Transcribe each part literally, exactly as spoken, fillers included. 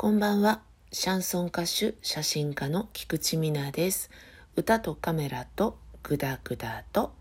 こんばんは。シャンソン歌手、写真家の菊池美奈です。歌とカメラとグダグダと。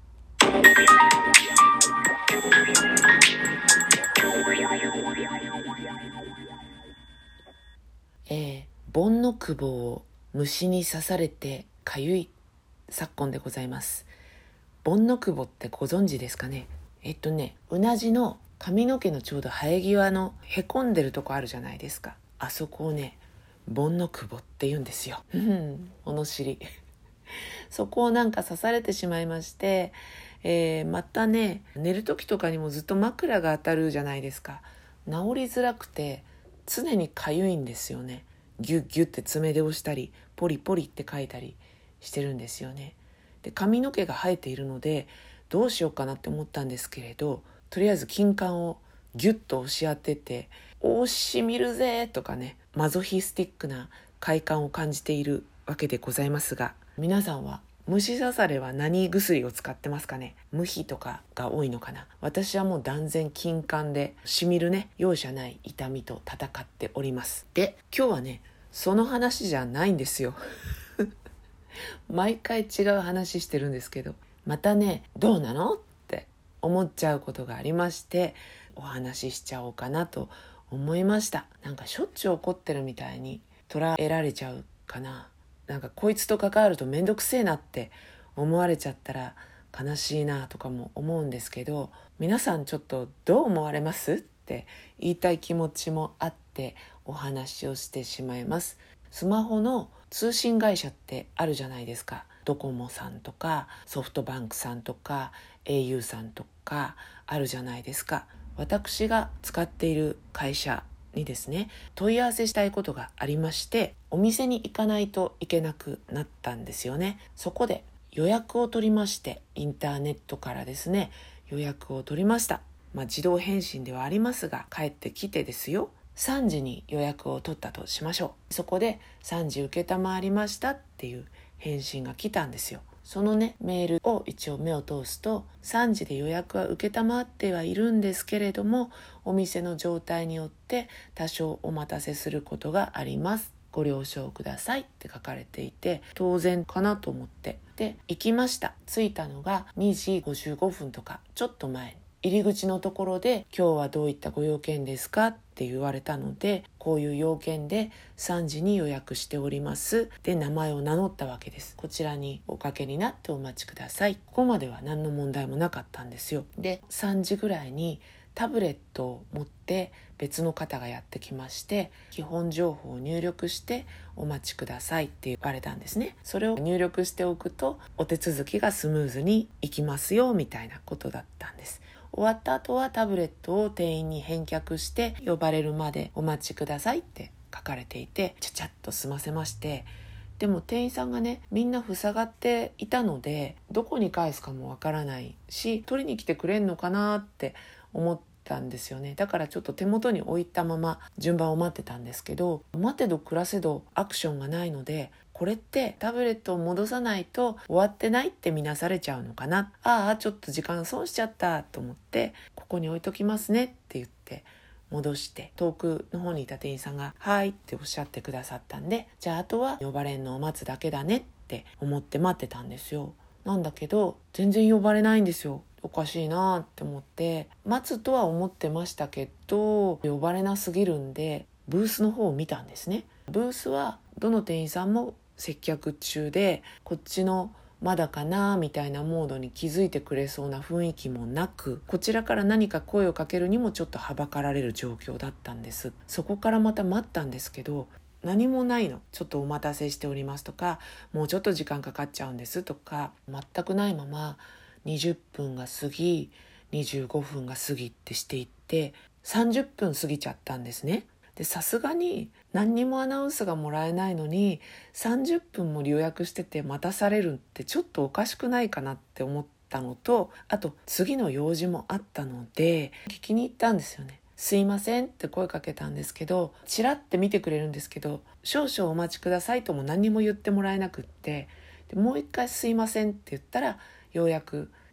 えー、盆の久保を虫に刺されてかゆい昨今でございます。盆の久保ってご存知ですかね。えっとね、うなじの髪の毛のちょうど生え際のへこんでるとこあるじゃないですか。あそこをね、盆の久保って言うんですよ。おのしりそこをなんか刺されてしまいまして、えー、またね、寝る時とかにもずっと枕が当たるじゃないですか。治りづらくて常にかゆいんですよね。ギュッギュッって爪で押したりポリポリって書いたりしてるんですよね。で、髪の毛が生えているのでどうしようかなって思ったんですけれど、とりあえず金管をギュッと押し当てて、おーしみるぜとかね、マゾヒスティックな快感を感じているわけでございますが、皆さんは虫刺されは何薬を使ってますかね。無比とかが多いのかな。私はもう断然金管でしみるね、容赦ない痛みと戦っております。で、今日はね、その話じゃないんですよ毎回違う話してるんですけど、またね、どうなのって思っちゃうことがありまして、お話ししちゃおうかなと思いました。なんかしょっちゅう怒ってるみたいに捉えられちゃうかな。なんかこいつと関わるとめんどくせえなって思われちゃったら悲しいなとかも思うんですけど、皆さんちょっとどう思われますって言いたい気持ちもあってお話をしてしまいます。スマホの通信会社ってあるじゃないですか。ドコモさんとかソフトバンクさんとか au さんとかあるじゃないですか。私が使っている会社にですね、問い合わせしたいことがありまして、お店に行かないといけなくなったんですよね。そこで予約を取りまして、インターネットからですね、予約を取りました。まあ自動返信ではありますが、帰ってきてですよ、さんじに予約を取ったとしましょう。そこでさんじ受けたまわりましたっていう返信が来たんですよ。そのね、メールを一応目を通すと、さんじで予約は受けたまわってはいるんですけれども、お店の状態によって多少お待たせすることがあります。ご了承くださいって書かれていて、当然かなと思って。で、行きました。着いたのがにじごじゅうごふんとか、ちょっと前に。入り口のところで、今日はどういったご用件ですかって言われたので、こういう要件でさんじに予約しておりますで、名前を名乗ったわけです。こちらにおかけになってお待ちください。ここまでは何の問題もなかったんですよ。で、さんじぐらいにタブレットを持って別の方がやってきまして、基本情報を入力してお待ちくださいって言われたんですね。それを入力しておくとお手続きがスムーズにいきますよみたいなことだったんです。終わった後はタブレットを店員に返却して呼ばれるまでお待ちくださいって書かれていて、ちゃちゃっと済ませまして、でも店員さんがね、みんな塞がっていたのでどこに返すかもわからないし、取りに来てくれんのかなって思ったんですよね。だからちょっと手元に置いたまま順番を待ってたんですけど、待てど暮らせどアクションがないので、これってタブレットを戻さないと終わってないって見なされちゃうのかな、ああちょっと時間損しちゃったと思って、ここに置いときますねって言って戻して、遠くの方にいた店員さんがはいっておっしゃってくださったんで、じゃああとは呼ばれんのを待つだけだねって思って待ってたんですよ。なんだけど全然呼ばれないんですよ。おかしいなって思って待つとは思ってましたけど、呼ばれなすぎるんでブースの方を見たんですね。ブースはどの店員さんも接客中で、こっちのまだかなみたいなモードに気づいてくれそうな雰囲気もなく、こちらから何か声をかけるにもちょっとはばかられる状況だったんです。そこからまた待ったんですけど、何もないの。ちょっとお待たせしておりますとか、もうちょっと時間かかっちゃうんですとか、全くないままにじゅっぷんが過ぎ、にじゅうごふんが過ぎってしていって、さんじゅっぷん過ぎちゃったんですね。で、さすがに何にもアナウンスがもらえないのにさんじゅっぷんも予約してて待たされるってちょっとおかしくないかなって思ったのと、あと次の用事もあったので聞きに行ったんですよね。すいませんって声かけたんですけど、チラって見てくれるんですけど、少々お待ちくださいとも何も言ってもらえなくって、でもう一回すいませんって言ったらようやく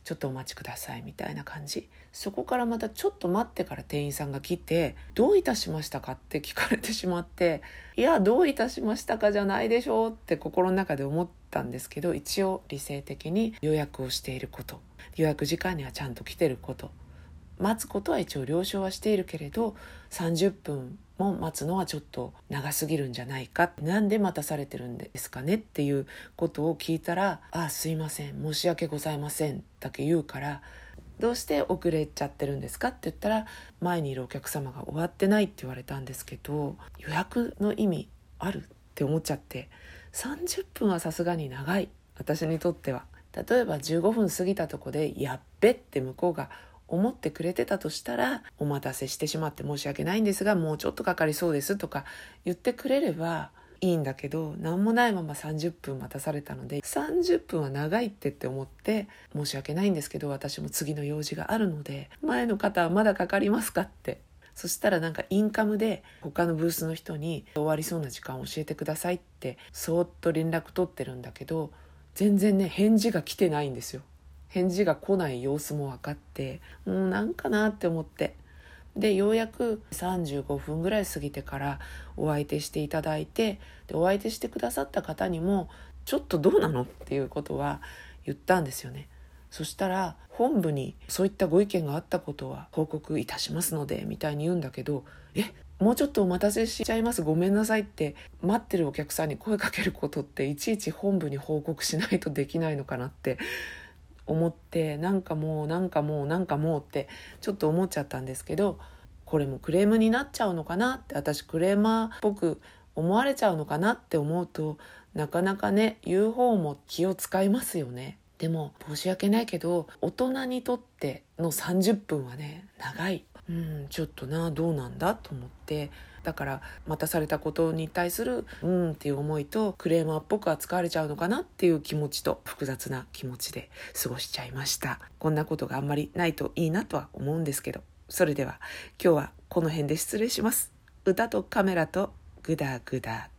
ちょっとお待ちくださいみたいな感じ。そこからまたちょっと待ってから店員さんが来て、どういたしましたかって聞かれてしまって、いやどういたしましたかじゃないでしょうって心の中で思ったんですけど、一応理性的に予約をしていること、予約時間にはちゃんと来てること、待つことは一応了承はしているけれど、さんじゅっぷんも待つのはちょっと長すぎるんじゃないか、なんで待たされてるんですかねっていうことを聞いたら、あ、すいません、申し訳ございませんだけ言うから、どうして遅れちゃってるんですかって言ったら、前にいるお客様が終わってないって言われたんですけど、予約の意味あるって思っちゃって、さんじゅっぷんはさすがに長い、私にとっては。例えばじゅうごふん過ぎたとこでやっべって向こうが思ってくれてたとしたら、お待たせしてしまって申し訳ないんですがもうちょっとかかりそうですとか言ってくれればいいんだけど、何もないままさんじゅっぷん待たされたので、さんじゅっぷんは長いってって思って、申し訳ないんですけど私も次の用事があるので前の方はまだかかりますかって。そしたらなんかインカムで他のブースの人に終わりそうな時間を教えてくださいってそーっと連絡取ってるんだけど、全然ね返事が来てないんですよ。返事が来ない様子も分かって、もうなんかなって思って、でようやくさんじゅうごふんぐらい過ぎてからお相手していただいて、でお相手してくださった方にもちょっとどうなのっていうことは言ったんですよね。そしたら本部にそういったご意見があったことは報告いたしますのでみたいに言うんだけど、えもうちょっとお待たせしちゃいます、ごめんなさいって待ってるお客さんに声かけることっていちいち本部に報告しないとできないのかなって思って、なんかもうなんかもうなんかもうってちょっと思っちゃったんですけど、これもクレームになっちゃうのかなって、私クレーマーっぽく思われちゃうのかなって思うと、なかなかね言う方も気を使いますよね。でも申し訳ないけど大人にとってのさんじゅっぷんはね長い、うんちょっとなどうなんだと思って、だから待たされたことに対するうんっていう思いと、クレーマーっぽく扱われちゃうのかなっていう気持ちと、複雑な気持ちで過ごしちゃいました。こんなことがあんまりないといいなとは思うんですけど、それでは今日はこの辺で失礼します。歌とカメラとグダグダ。